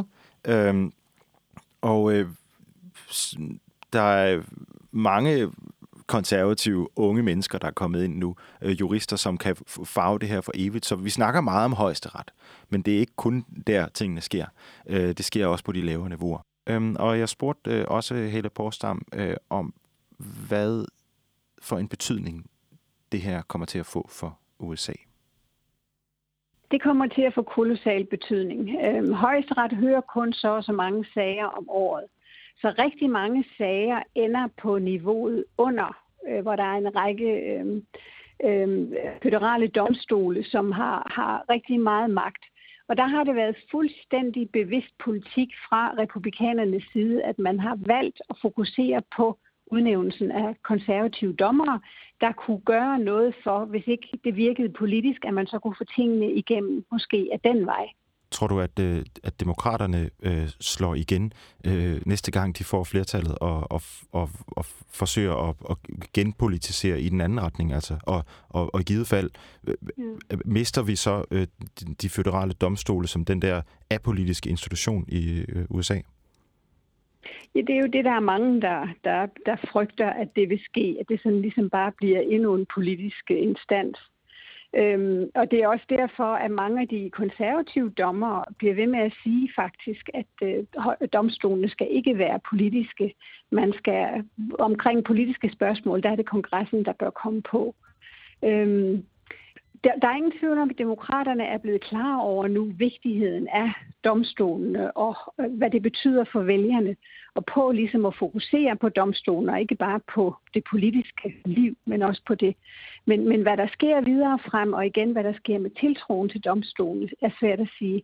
Der er mange konservative unge mennesker, der er kommet ind nu, jurister, som kan farve det her for evigt. Så vi snakker meget om højesteret, men det er ikke kun der, tingene sker. Det sker også på de lavere niveauer. Og jeg spurgte også Helle Porsdam om, hvad for en betydning det her kommer til at få for USA. Det kommer til at få kolossal betydning. Højesteret hører kun så mange sager om året. Så rigtig mange sager ender på niveauet under, hvor der er en række føderale domstole, som har rigtig meget magt. Og der har det været fuldstændig bevidst politik fra republikanernes side, at man har valgt at fokusere på udnævnelsen af konservative dommere, der kunne gøre noget for, hvis ikke det virkede politisk, at man så kunne få tingene igennem måske af den vej. Tror du, at demokraterne slår igen næste gang, de får flertallet og forsøger at genpolitisere i den anden retning? Altså, og i givet fald mister vi så de føderale domstole som den der apolitiske institution i USA? Ja, det er jo det, der er mange, der frygter, at det vil ske, at det sådan ligesom bare bliver endnu en politisk instans. Og det er også derfor, at mange af de konservative dommere bliver ved med at sige faktisk, at domstolene skal ikke være politiske. Man skal omkring politiske spørgsmål, der er det kongressen, der bør komme på. Der er ingen tvivl om, at demokraterne er blevet klar over nu vigtigheden af domstolene og hvad det betyder for vælgerne. Og på ligesom at fokusere på domstolene, og ikke bare på det politiske liv, men også på det. Men hvad der sker videre frem, og igen hvad der sker med tiltroen til domstolen, er svært at sige.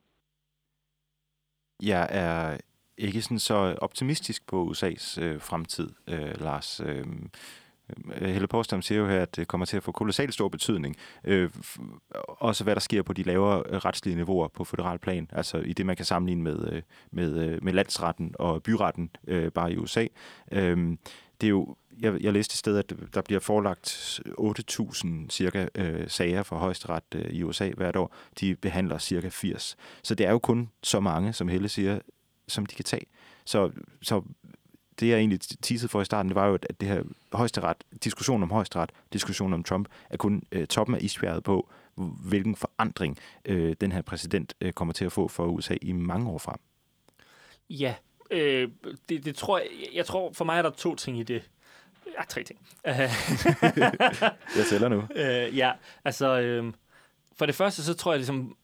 Jeg er ikke sådan så optimistisk på USA's fremtid, Lars. Helle Porsdam siger jo her, at det kommer til at få kolossalt stor betydning. Også hvad der sker på de lavere retslige niveauer på føderal plan, altså i det, man kan sammenligne med landsretten og byretten bare i USA. det er jo, jeg læste et sted, at der bliver forelagt 8.000 cirka sager for højesteret i USA hvert år. De behandler cirka 80. Så det er jo kun så mange, som Helle siger, som de kan tage. Så det, jeg egentlig teasede for i starten, det var jo, at det her diskussion om højesteret, diskussion om Trump, er kun toppen af isbjerget på, hvilken forandring den her præsident kommer til at få for USA i mange år frem. Ja, det tror jeg tror, for mig er der 2 ting i det. Ja, 3 ting. Jeg tæller nu. Ja, altså, for det første, så tror jeg ligesom,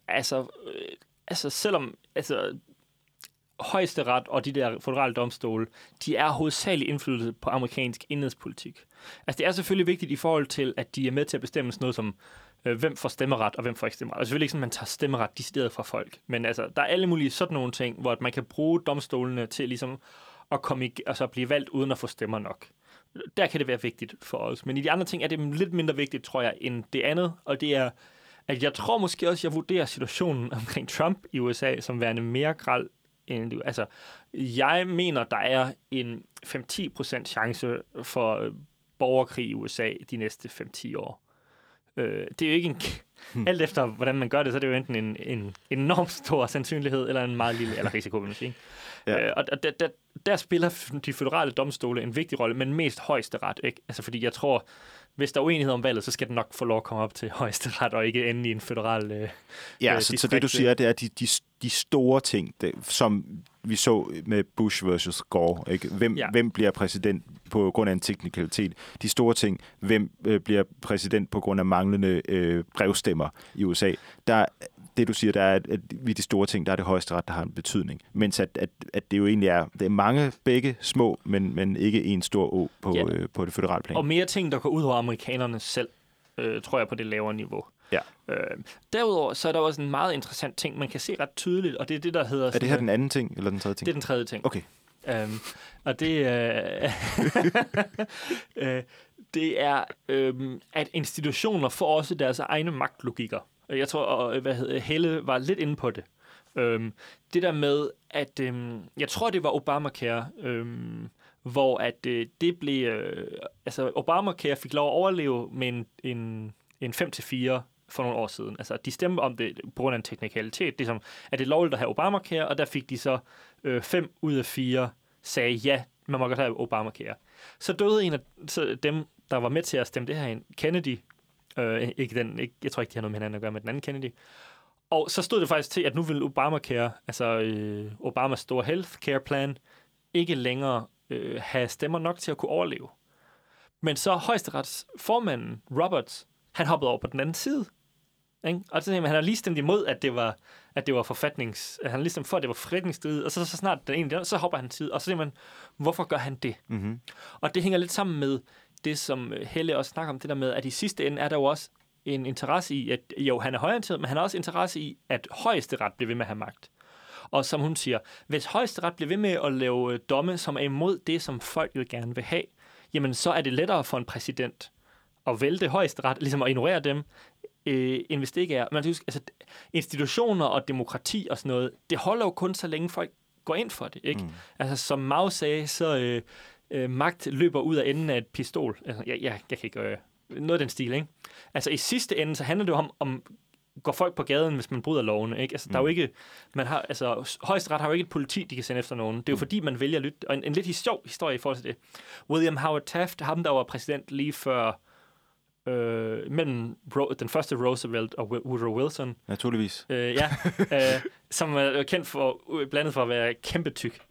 selvom, højesteret og de der føderale domstole, de er hovedsageligt indflydelse på amerikansk indenrigspolitik. Altså, det er selvfølgelig vigtigt i forhold til, at de er med til at bestemme sådan noget som, hvem får stemmeret, og hvem får ikke stemmeret. Og selvfølgelig ikke sådan, at man tager stemmeret decideret fra folk. Men altså, der er alle mulige sådan nogle ting, hvor man kan bruge domstolene til ligesom at blive valgt uden at få stemmer nok. Der kan det være vigtigt for os. Men i de andre ting er det lidt mindre vigtigt, tror jeg, end det andet. Og det er, at jeg tror måske også, jeg vurderer situationen omkring Trump i USA som værende mere grel end det. Altså, jeg mener, der er en 5-10% chance for borgerkrig i USA de næste 5-10 år. Det er jo ikke en... Alt efter, hvordan man gør det, så er det jo enten en enormt stor sandsynlighed, eller en meget lille eller risiko, vil man sige. Ja. Og der spiller de føderale domstole en vigtig rolle, men mest højesteret, ikke? Altså, fordi jeg tror, hvis der er uenighed om valget, så skal den nok få lov at komme op til højesteret, og ikke ende i en føderal så det, du siger, det er de store ting, som vi så med Bush versus Gore. Ikke? Hvem bliver præsident på grund af en teknikalitet? De store ting, hvem bliver præsident på grund af manglende brevstemmer i USA? Det, du siger, der er, at vi de store ting, der er det højesteret, der har en betydning. Mens at det jo egentlig er mange begge små, men ikke en stor å på det føderale plan. Og mere ting, der går ud over amerikanerne selv, tror jeg, på det lavere niveau. Ja. Derudover, så er der også en meget interessant ting, man kan se ret tydeligt, og det er det, der hedder... Er det her den anden ting, eller den tredje ting? Det er den tredje ting. Okay. Og det det er, at institutioner får også deres egne magtlogikker. Jeg tror, Helle var lidt inde på det. Det der med, at jeg tror, det var Obamacare, hvor at det blev... Obamacare fik lov at overleve med en 5-4 for nogle år siden. Altså, de stemte om det på grund af en teknikalitet. Det er som, at det er lovligt at have Obamacare, og der fik de så 5 ud af 4 sagde, ja, man må godt have Obamacare. Så døde en af dem, der var med til at stemme det her ind, Kennedy. Jeg tror ikke, de har noget med hinanden at gøre med den anden Kennedy. Og så stod det faktisk til, at nu ville Obamacare, Obamas store healthcare plan, ikke længere have stemmer nok til at kunne overleve. Men så højesteretsformanden Roberts, han hoppede over på den anden side. Ikke? Og så han har lige stemt imod, at det var han har lige stemt for, at det var forretningsstridigt, og så snart den ene, så hopper han til side, og så siger man, hvorfor gør han det? Mm-hmm. Og det hænger lidt sammen med det, som Helle også snakker om, det der med, at i sidste ende er der jo også en interesse i, at jo, han er højorienteret, men han har også interesse i, at højesteret bliver ved med at have magt. Og som hun siger, hvis højesteret bliver ved med at lave domme, som er imod det, som folket gerne vil have, jamen så er det lettere for en præsident at vælte højesteret, ligesom at ignorere dem, end hvis det ikke er. Man huske, altså, institutioner og demokrati og sådan noget, det holder jo kun så længe folk går ind for det, ikke? Altså, som Mao sagde, så magt løber ud af enden af et pistol. Altså, jeg kan ikke noget af den stil, ikke? Altså, i sidste ende, så handler det jo om går folk på gaden, hvis man bryder lovene, ikke? Altså, der er jo ikke, højesteret har jo ikke et politi, de kan sende efter nogen. Det er jo fordi, man vælger at lytte. Og en lidt sjov historie i forhold til det. William Howard Taft, ham der var præsident lige før mellem den første Roosevelt og Woodrow Wilson. Naturligvis. Som er kendt for, blandet for at være kæmpe tyk.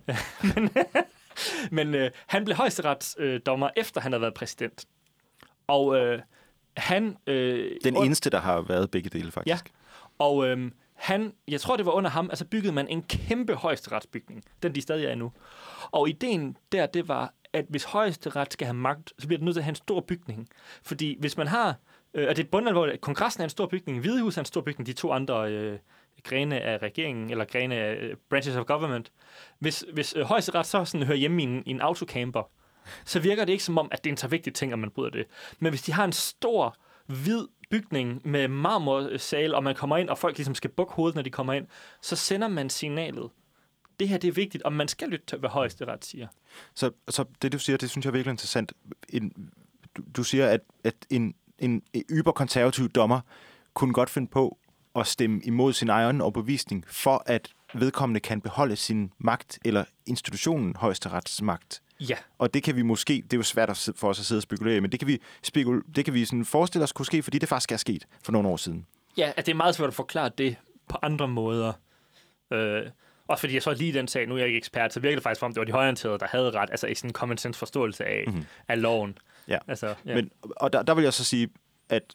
men han blev højesteretsdommer, efter han havde været præsident. Og han... den eneste, der har været begge dele, faktisk. Ja, og jeg tror, det var under ham, altså byggede man en kæmpe højesteretsbygning. Den, de stadig er nu. Og ideen der, det var, at hvis højesteret skal have magt, så bliver det nødt til at have en stor bygning. Fordi hvis man har... og det er bundet, kongressen er en stor bygning, Hvide Hus er en stor bygning, de 2 andre grene af regeringen, eller grene af branches of government. Hvis højesteret så sådan hører hjemme i en autocamper, så virker det ikke som om, at det er en så vigtig ting, at man bryder det. Men hvis de har en stor, hvid bygning med marmorsal, og man kommer ind, og folk ligesom skal bukke hovedet, når de kommer ind, så sender man signalet det her det er vigtigt, og man skal lytte til, hvad højesteret siger. Så det, du siger, det synes jeg er virkelig interessant. Du siger, at en yberkonservativ dommer kunne godt finde på at stemme imod sin egen overbevisning, for at vedkommende kan beholde sin magt, eller institutionen højesterets magt. Ja. Og det kan vi måske, det er jo svært for os at sidde og spekulere, men det kan vi sådan forestille os kunne ske, fordi det faktisk er sket for nogle år siden. Ja, at det er meget svært at forklare det på andre måder. Også fordi jeg så lige den sag, nu er jeg ikke ekspert, så virker det faktisk, som om det var de højreorienterede, der havde ret, altså i sådan en common sense forståelse af loven. Ja. Altså, ja. Men, og der vil jeg så sige, at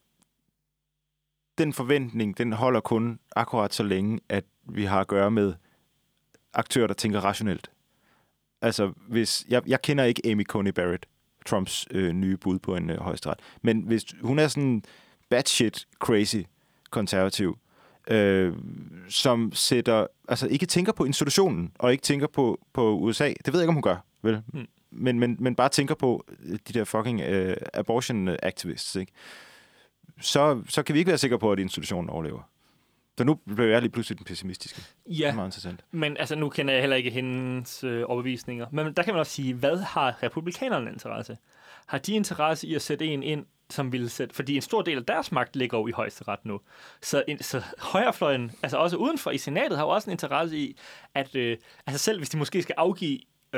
den forventning, den holder kun akkurat så længe, at vi har at gøre med aktører, der tænker rationelt. Altså, hvis jeg kender ikke Amy Coney Barrett, Trumps nye bud på en højesteret, men hvis hun er sådan batshit crazy konservativ, som ikke tænker på institutionen, og ikke tænker på USA, det ved jeg ikke, om hun gør, vel? Men bare tænker på de der fucking abortion activists, ikke? Så kan vi ikke være sikre på, at institutionen overlever. Så nu blev jeg lige pludselig den pessimistiske. Ja, det er meget interessant. Men altså, nu kender jeg heller ikke hendes overbevisninger. Men der kan man også sige, hvad har republikanerne interesse? Har de interesse i at sætte en ind, som ville sætte... Fordi en stor del af deres magt ligger jo i højesteret nu. Så højrefløjen, altså også udenfor i senatet, har jo også en interesse i, at altså selv hvis de måske skal afgive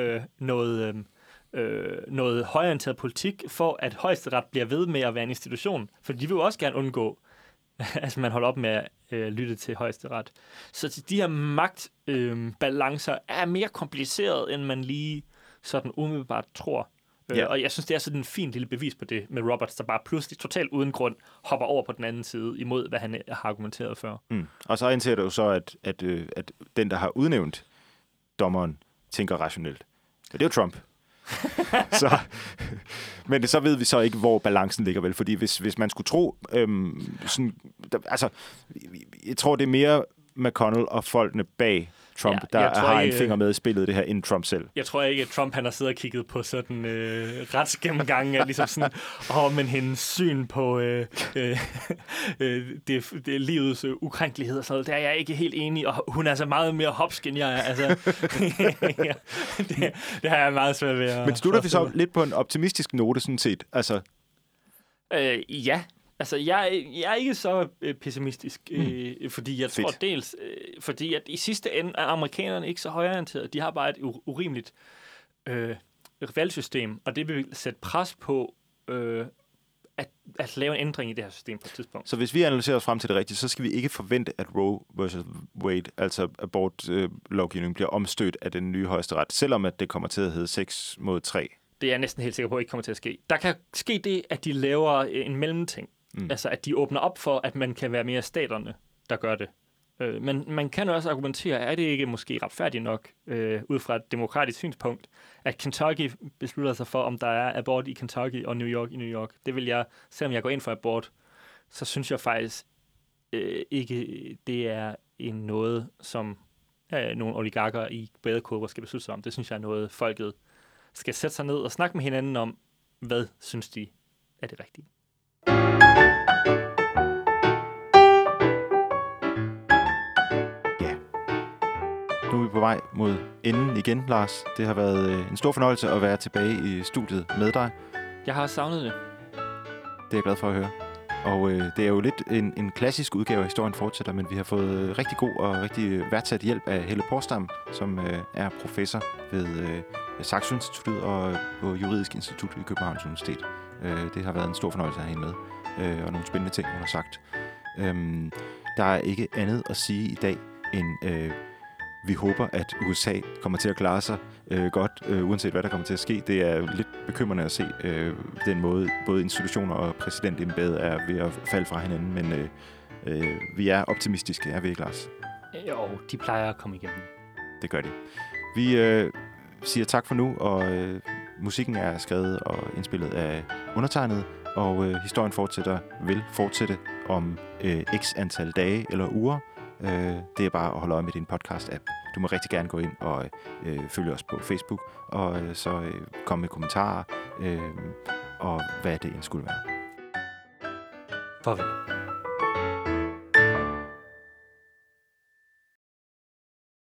noget højreorienteret politik, for at højesteret bliver ved med at være en institution. For de vil jo også gerne undgå, altså man holder op med at lytte til højesteret. Så de her magtbalancer er mere kompliceret, end man lige sådan umiddelbart tror. Yeah. Og jeg synes, det er sådan en fin lille bevis på det med Roberts, der bare pludselig totalt uden grund hopper over på den anden side, imod hvad han har argumenteret før. Og så indser det jo så, at den, der har udnævnt dommeren, tænker rationelt. Og det er jo Trump. Men så ved vi så ikke, hvor balancen ligger, vel? Fordi hvis man skulle tro... jeg tror, det er mere McConnell og folkene bag Trump, der har en finger med i spillet, det her, end Trump selv. Jeg tror ikke, at Trump han har siddet og kigget på sådan retsgennemgangen af ligesom sådan, men hendes syn på det livets ukrænkelighed og sådan noget, der er jeg ikke helt enig, og hun er så meget mere hopsk, end jeg er. Altså, det har jeg meget svært ved at... Men slutter vi så lidt på en optimistisk note, sådan set? Altså... Ja. Altså, jeg er ikke så pessimistisk, fordi jeg tror dels, fordi at i sidste ende er amerikanerne ikke så højreorienterede. De har bare et urimeligt valgsystem, og det vil sætte pres på at lave en ændring i det her system på et tidspunkt. Så hvis vi analyserer os frem til det rigtige, så skal vi ikke forvente, at Roe versus Wade, altså abortlovgivningen, bliver omstødt af den nye højesteret, selvom at det kommer til at hedde 6-3. Det er jeg næsten helt sikker på, at ikke kommer til at ske. Der kan ske det, at de laver en mellemting. Altså, at de åbner op for, at man kan være mere staterne, der gør det. Men man kan også argumentere, er det ikke måske retfærdigt nok, ud fra et demokratisk synspunkt, at Kentucky beslutter sig for, om der er abort i Kentucky og New York i New York. Det vil jeg, selvom jeg går ind for abort, så synes jeg faktisk ikke, det er noget, som nogle oligarker i badekåber skal beslutte sig om. Det synes jeg er noget, folket skal sætte sig ned og snakke med hinanden om, hvad synes de er det rigtige. Nu er vi på vej mod enden igen, Lars. Det har været en stor fornøjelse at være tilbage i studiet med dig. Jeg har savnet det. Det er jeg glad for at høre. Og det er jo lidt en klassisk udgave af Historien fortsætter, men vi har fået rigtig god og rigtig værdsat hjælp af Helle Porsdam, som er professor ved Saxo Instituttet og på Juridisk Institut i Københavns Universitet. Det har været en stor fornøjelse at have hende med, og nogle spændende ting, hun har sagt. Der er ikke andet at sige i dag, end vi håber, at USA kommer til at klare sig godt, uanset hvad der kommer til at ske. Det er lidt bekymrende at se den måde, både institutioner og præsidentembedet er ved at falde fra hinanden, men vi er optimistiske, er vi ikke, Lars? Jo, de plejer at komme igennem. Det gør de. Vi siger tak for nu, og musikken er skrevet og indspillet af undertegnet, og historien vil fortsætte om x antal dage eller uger. Det er bare at holde øje med din podcast-app. Du må rigtig gerne gå ind og følge os på Facebook, og så komme med kommentarer, og hvad det end skulle være. Farvel.